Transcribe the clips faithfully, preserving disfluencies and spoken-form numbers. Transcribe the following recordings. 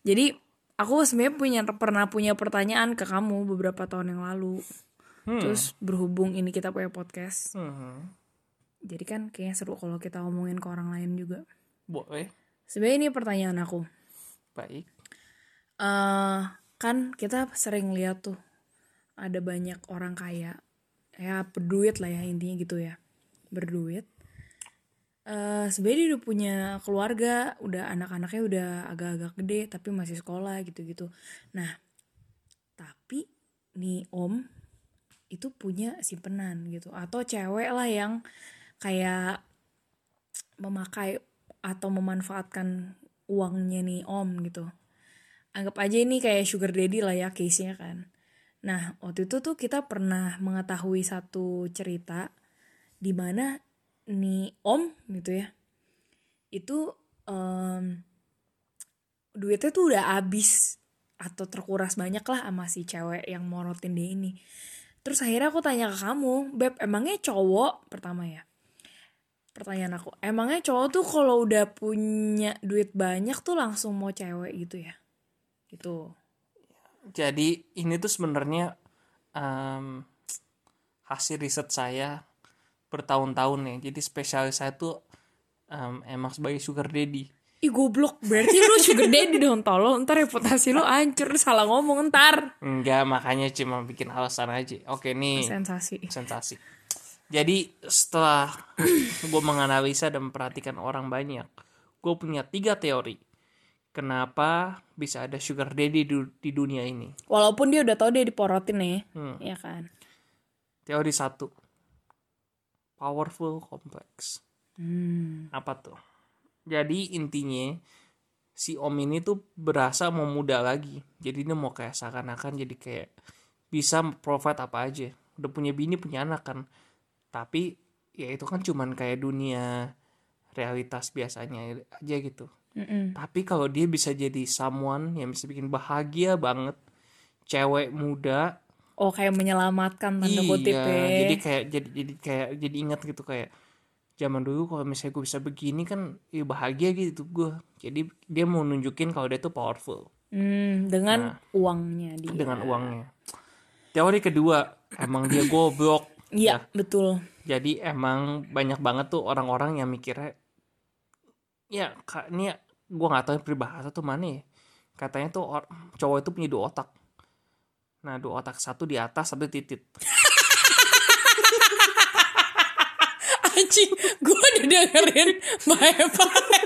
Jadi aku sebenarnya punya pernah punya pertanyaan ke kamu beberapa tahun yang lalu. Hmm. Terus berhubung ini kita punya podcast. Hmm. Jadi kan kayaknya seru kalau kita ngomongin ke orang lain juga. Boleh. Sebenarnya ini pertanyaan aku. Baik. Uh, kan kita sering lihat tuh ada banyak orang kaya, ya berduit lah ya intinya gitu ya, berduit. Uh, sebenarnya dia udah punya keluarga, udah anak-anaknya udah agak-agak gede tapi masih sekolah gitu-gitu. Nah, tapi nih om itu punya simpenan gitu, atau cewek lah yang kayak memakai atau memanfaatkan uangnya nih om gitu. Anggap aja ini kayak sugar daddy lah ya case-nya kan. Nah, waktu itu tuh kita pernah mengetahui satu cerita di mana nih om gitu ya, itu um, duitnya tuh udah habis atau terkuras banyak lah sama si cewek yang morotin dia ini. Terus akhirnya aku tanya ke kamu, Beb, emangnya cowok, pertama ya, pertanyaan aku, emangnya cowok tuh kalau udah punya duit banyak tuh langsung mau cewek gitu ya? Gitu. Jadi ini tuh sebenarnya um, hasil riset saya bertahun-tahun ya. Jadi spesialis saya tuh um, emang sebagai sugar daddy. Ih goblok, berarti lu sugar daddy dong, tolong. Ntar reputasi lu hancur, salah ngomong ntar. Enggak, makanya cuma bikin alasan aja. Oke nih. Sensasi. Sensasi. Jadi setelah gue menganalisa dan memperhatikan orang banyak, gue punya tiga teori kenapa bisa ada sugar daddy di, di dunia ini. Walaupun dia udah tahu dia diporotin nih, hmm. ya kan. Teori satu, powerful complex. Hmm. Apa tuh? Jadi intinya si om ini tuh berasa mau muda lagi. Jadi dia mau kayak seakan-akan jadi kayak bisa provide apa aja. Udah punya bini, punya anak kan. Tapi ya itu kan cuman kayak dunia realitas biasanya aja gitu. Mm-mm. Tapi kalau dia bisa jadi someone yang bisa bikin bahagia banget, cewek muda. Oh, kayak menyelamatkan tanda kutip ya. Iya, jadi kayak jadi jadi kayak jadi ingat gitu kayak zaman dulu kalau misalnya gue bisa begini kan ya bahagia gitu gue. Jadi dia mau nunjukin kalau dia tuh powerful. Hmm, dengan nah, uangnya dia. Dengan uangnya. Teori kedua, emang dia goblok. Iya, ya, betul. Jadi emang banyak banget tuh orang-orang yang mikirnya, ya ini gue nggak tahu peribahasa tuh mana ya. Katanya tuh or, cowok itu punya dua otak. Nah, dua otak, satu di atas, satu titit. Anjing, gue udah dengerin bye-bye.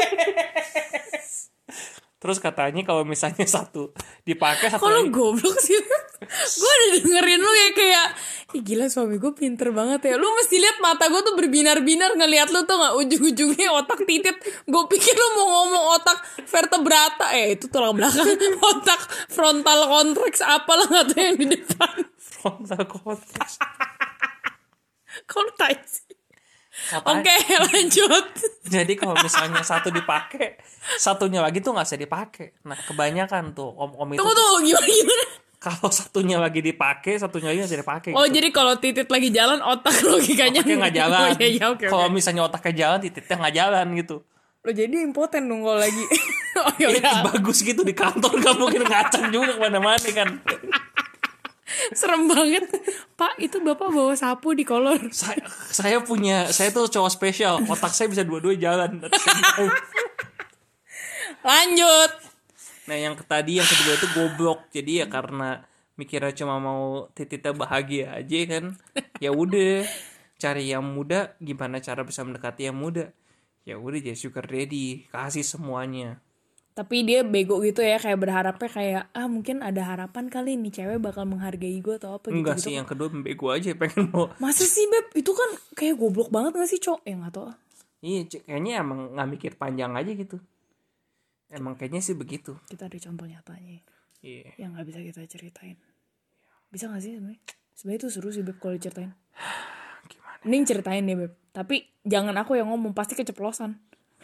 Terus katanya kalau misalnya satu dipakai satu lagi. Kok lu goblok sih? Gue udah dengerin lu ya kayak, ih gila suami gue pinter banget ya. Lu mesti lihat mata gue tuh berbinar-binar ngelihat lu tuh nggak ujung-ujungnya otak titit. Gue pikir lu mau ngomong otak vertebrata, eh itu tulang belakang. Otak frontal cortex apalah nggak tuh yang di depan. Frontal cortex. Kok lu tai sih? Oke, okay, lanjut. Jadi kalau misalnya satu dipakai, satunya lagi tuh nggak usah dipakai. Nah kebanyakan tuh om-om itu. Tunggu tuh gimana gimana? Kalau satunya lagi dipakai, satunya lagi nggak usah dipakai. Oh gitu. Jadi kalau titit lagi jalan, otak logikanya nggak jalan. Oh, ya, ya, okay, kalau okay. misalnya otaknya jalan, tititnya nggak jalan gitu. Lo jadi impoten dong kalau lagi. Oh, ya, bagus gitu di kantor nggak mungkin ngacak juga kemana-mana kan. Serem banget. Pak, itu bapak bawa sapu di kolor. Saya, saya punya, saya tuh cowok spesial. Otak saya bisa dua-duanya jalan. Lanjut. Nah yang tadi yang kedua itu goblok. Jadi ya karena mikirnya cuma mau tititnya bahagia aja kan. Ya udah cari yang muda. Gimana cara bisa mendekati yang muda? Ya udah jadi sugar daddy, kasih semuanya. Tapi dia bego gitu ya, kayak berharapnya kayak ah mungkin ada harapan kali nih cewek bakal menghargai gue atau apa gitu. Enggak sih, yang kedua bego aja pengen mau. Masa sih Beb? Itu kan kayak goblok banget gak sih cowok? Ya gak tau. Iya, kayaknya emang gak mikir panjang aja gitu. Emang kayaknya sih begitu. Kita ada contoh nyatanya. Iya. Yang gak bisa kita ceritain. Bisa gak sih sebenarnya? Sebenarnya itu seru sih Beb kalau diceritain. Gimana? Mending ceritain deh Beb. Tapi jangan aku yang ngomong, pasti keceplosan.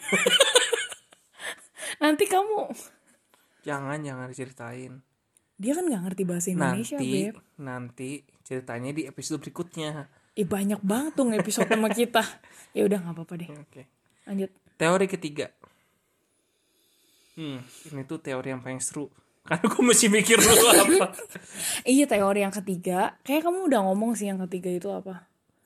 Nanti kamu Jangan, jangan diceritain. Dia kan gak ngerti bahasa Indonesia, nanti, Beb. Nanti ceritanya di episode berikutnya. Ih banyak banget tuh episode sama kita. Ya udah gak apa-apa deh. Oke. Lanjut. Teori ketiga. Hmm, ini tuh teori yang paling seru. Karena gue mesti mikir dulu apa. Iya, teori yang ketiga, kayak kamu udah ngomong sih yang ketiga itu apa?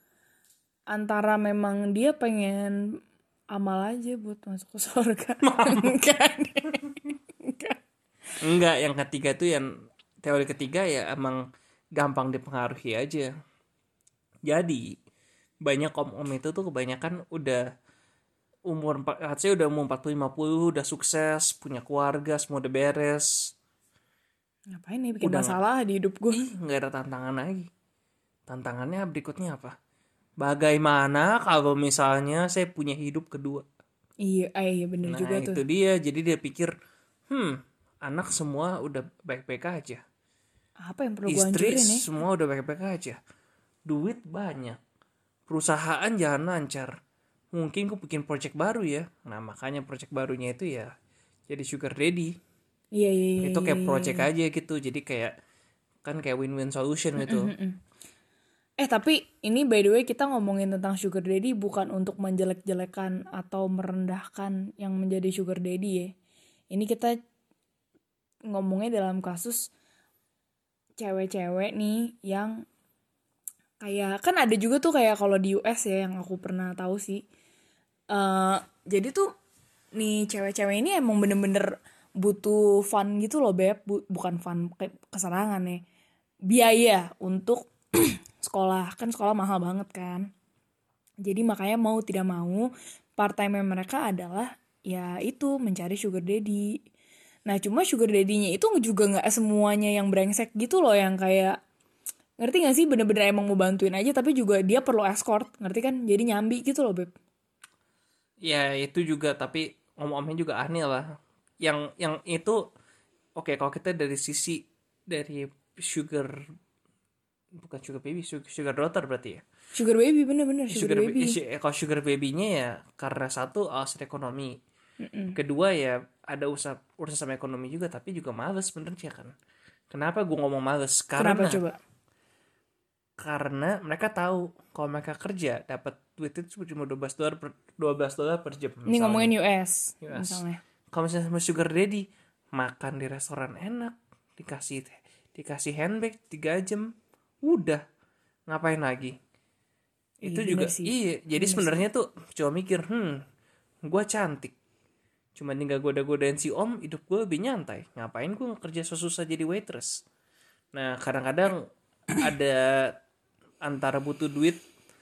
Antara memang dia pengen amal aja buat masuk ke surga. Enggak deh. Enggak. Enggak, yang ketiga tuh yang teori ketiga ya emang gampang dipengaruhi aja. Jadi banyak om-om itu tuh kebanyakan udah umur empat, saya udah umur empat puluh lima puluh, udah sukses, punya keluarga, semua udah beres. Ngapain nih bikin Udah masalah di hidup gue? Ih, nggak ada tantangan lagi. Tantangannya berikutnya apa? Bagaimana kalau misalnya saya punya hidup kedua? Iya, ah, iya bener Nah, juga itu tuh. dia. Jadi dia pikir, hmm, anak semua udah baik-baik aja. Apa yang perlu gue Istri hancurin ya? semua udah baik-baik aja. Duit banyak. Perusahaan jalan lancar. Mungkin gue bikin project baru ya. Nah, makanya project barunya itu ya jadi sugar daddy. Iya, iya, iya. Itu kayak iya, project iya. aja gitu. Jadi kayak kan kayak win-win solution gitu. Eh tapi ini by the way kita ngomongin tentang sugar daddy bukan untuk menjelek-jelekan atau merendahkan yang menjadi sugar daddy ya. Ini kita ngomongnya dalam kasus cewek-cewek nih yang kayak kan ada juga tuh kayak kalau di U S ya yang aku pernah tahu sih. Eh jadi tuh nih cewek-cewek ini emang bener-bener butuh fun gitu loh beb, Bu- bukan fun kayak kesenangan ya. Biaya untuk sekolah, kan sekolah mahal banget kan. Jadi makanya mau tidak mau part time mereka adalah ya itu mencari sugar daddy. Nah cuma sugar daddy-nya itu juga nggak semuanya yang brengsek gitu loh, yang kayak ngerti gak sih, bener-bener emang mau bantuin aja tapi juga dia perlu escort, ngerti kan, jadi nyambi gitu loh beb. Ya itu juga, tapi om-omnya juga aneh lah. Yang yang itu oke kalau kita dari sisi dari sugar, bukan sugar baby, sugar, sugar daughter berarti ya. Sugar baby, bener-bener sugar, Sugar baby. ba- eh, kalau sugar baby-nya ya karena satu alasan ekonomi. Kedua ya ada usaha urusan sama ekonomi juga, tapi juga males sebenarnya kan. Kenapa gue ngomong males? Kenapa Karena coba? karena mereka tahu kalau mereka kerja dapat duit itu cuma dua belas dolar per dua belas dolar per jam. Ini ngomongin U S, U S. misalnya. Kalau misalnya sama sugar daddy, makan di restoran enak, dikasih dikasih handbag tiga jam, udah ngapain lagi? Itu Iya, juga bener sih. iya. Jadi Bener sebenarnya tuh cuma mikir, hmm, gue cantik, cuma tinggal goda-godain si om, hidup gue lebih nyantai. Ngapain gue kerja susah jadi waitress? Nah kadang-kadang ada antara butuh duit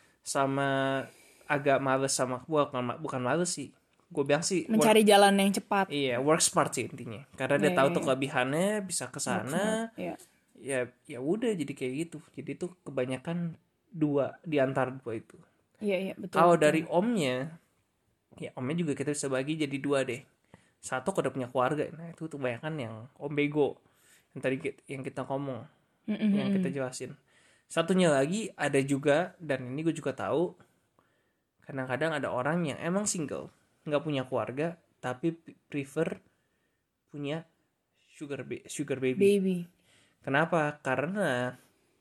sama agak males, sama bukan bukan males sih, gue bilang sih work, mencari jalan yang cepat. iya work smart sih intinya, karena dia Iya, tahu iya, tuh iya. kelebihannya bisa ke sana. Iya. Ya ya udah jadi kayak gitu. Jadi tuh kebanyakan dua di antara dua itu. Iya, iya, betul. Kalau betul. dari omnya, ya omnya juga kita bisa bagi jadi dua deh. Satu kalau udah punya keluarga, nah itu tuh kebanyakan yang om bego yang tadi ki- yang kita ngomong, yang kita jelasin. Satunya lagi ada juga, dan ini gue juga tahu, kadang-kadang ada orang yang emang single, nggak punya keluarga, tapi prefer punya sugar ba- sugar baby. Baby. Kenapa? Karena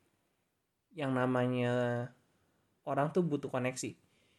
yang namanya orang tuh butuh koneksi.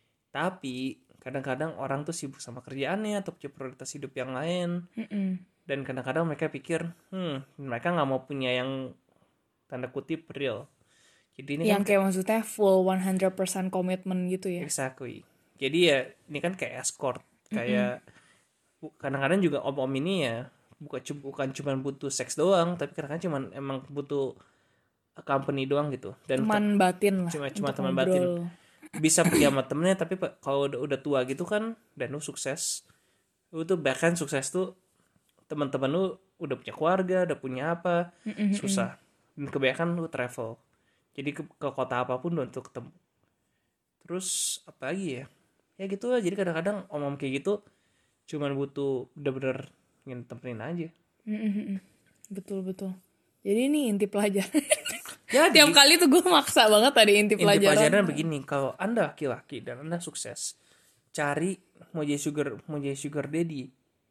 Tapi kadang-kadang orang tuh sibuk sama kerjaannya atau punya prioritas hidup yang lain. Mm-mm. Dan kadang-kadang mereka pikir, hmm, mereka nggak mau punya yang tanda kutip real. Jadi ini Yang kan kayak maksudnya full one hundred percent commitment gitu ya. exactly. Jadi ya ini kan kayak escort, kayak bu- kadang-kadang juga om-om ini ya bukan cu- bukan cuma butuh seks doang, tapi kadang-kadang cuma emang butuh company doang gitu. Dan Teman batin lah. cuma cuma untuk teman ngobrol. batin. Bisa pergi sama temennya, tapi pa- kalau udah, udah tua gitu kan dan lu sukses, lu tuh bahkan sukses tuh teman-teman lu udah punya keluarga, udah punya apa, susah. Dan kebanyakan lu travel, jadi ke, ke kota apapun untuk ketemu. Terus apa lagi ya, ya gitu lah. Jadi kadang-kadang om-om kayak gitu cuman butuh bener-bener ingin temenin aja. Mm-mm. Betul betul. Jadi ini inti pelajaran. Jadi Tiap kali tuh gue maksa banget tadi inti inti pelajaran. pelajaran begini, kalau anda laki-laki dan anda sukses, cari mau jadi sugar mau jadi sugar daddy,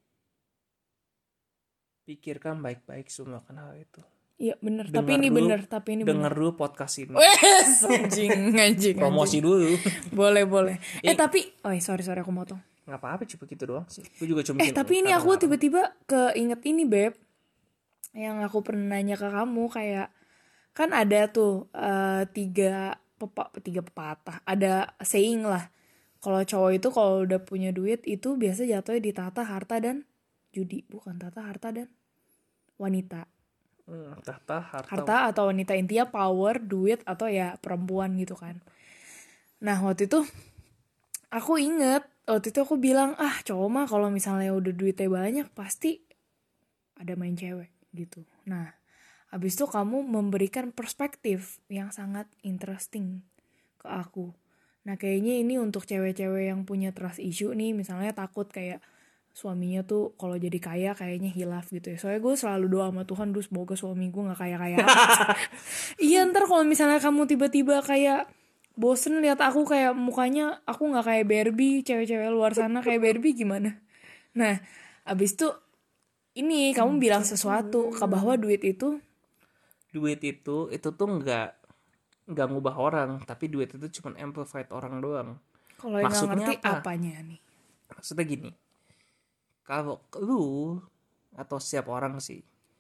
pikirkan baik-baik semua kan hal itu. Iya bener. Dengar Tapi ini dulu- bener. Tapi ini bener. Dengar dulu podcast ini, Wes, anjing, anjing, promosi anjing. dulu. Boleh boleh. Eh tapi, oh sorry sorry aku motong. nggak apa-apa, cuma gitu doang sih. Gue juga cuma Eh bikin tapi ini karena aku larang. tiba-tiba keinget ini Beb, yang aku pernah nanya ke kamu, kayak kan ada tuh eh, tiga pepa, tiga pepatah, ada saying lah. Kalau cowok itu kalau udah punya duit itu biasa jatuhnya di tata, harta, dan judi. Bukan tata, harta, dan wanita. Hmm, tahta, harta. Harta atau wanita, intinya power, duit, atau ya perempuan gitu kan. Nah waktu itu aku inget, waktu itu aku bilang, ah cowok mah kalau misalnya udah duitnya banyak pasti ada main cewek gitu. Nah habis itu kamu memberikan perspektif yang sangat interesting ke aku. Nah kayaknya ini untuk cewek-cewek yang punya trust issue nih, misalnya takut kayak suaminya tuh kalau jadi kaya kayaknya hilaf gitu ya. Soalnya gue selalu doa sama Tuhan, duh semoga suami gue gak kaya-kaya amat. Iya ntar kalau misalnya kamu tiba-tiba kayak bosen lihat aku kayak mukanya aku gak kayak Barbie, cewek-cewek luar sana kayak Barbie gimana. Nah abis itu ini kamu bilang sesuatu ke bahwa duit itu Duit itu itu tuh nggak nggak ngubah orang, tapi duit itu cuma amplified orang doang. kalau yang gak Maksudnya ngerti apa? apanya nih. Maksudnya gini, kalau lu atau setiap orang sih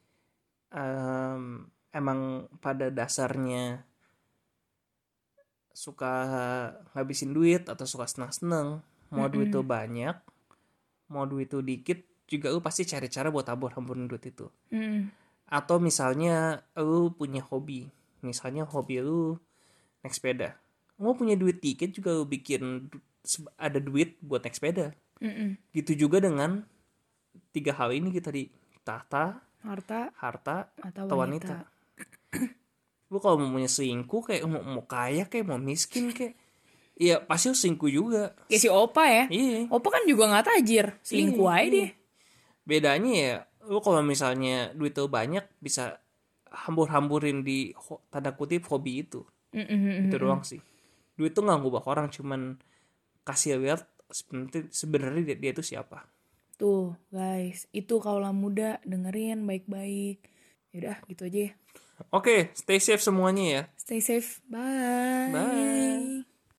em, emang pada dasarnya suka ngabisin duit atau suka senang-senang, mau duit Mm-mm. tuh banyak, mau duit tuh dikit, juga lu pasti cari cara buat tabur-taburin duit itu. Mm-mm. Atau misalnya lu punya hobi, misalnya hobi lu naik sepeda, mau punya duit dikit juga lu bikin du- se- ada duit buat naik sepeda. Mm-mm. Gitu juga dengan tiga hal ini kita di tahta, Harta harta, atau atau wanita. wanita. Lu kalau mau punya selingkuh kayak mau, mau kaya kayak mau miskin kayak, iya pasti lu selingkuh juga. Kayak si Opa ya. Iya. Opa kan juga gak tajir. Selingkuh Iya, aja iya. dia. Bedanya ya, lu kalau misalnya duit lu banyak bisa hambur-hamburin di ho- tanda kutip hobi itu. Mm-mm. Itu doang sih. Duit tuh nggak ngubah orang, cuman kasih lihat sebenarnya sebenarnya dia, dia itu siapa. Tuh guys, itu kaulah muda, dengerin baik-baik. Yaudah gitu aja ya. Oke, stay safe semuanya ya. Stay safe. Bye. Bye.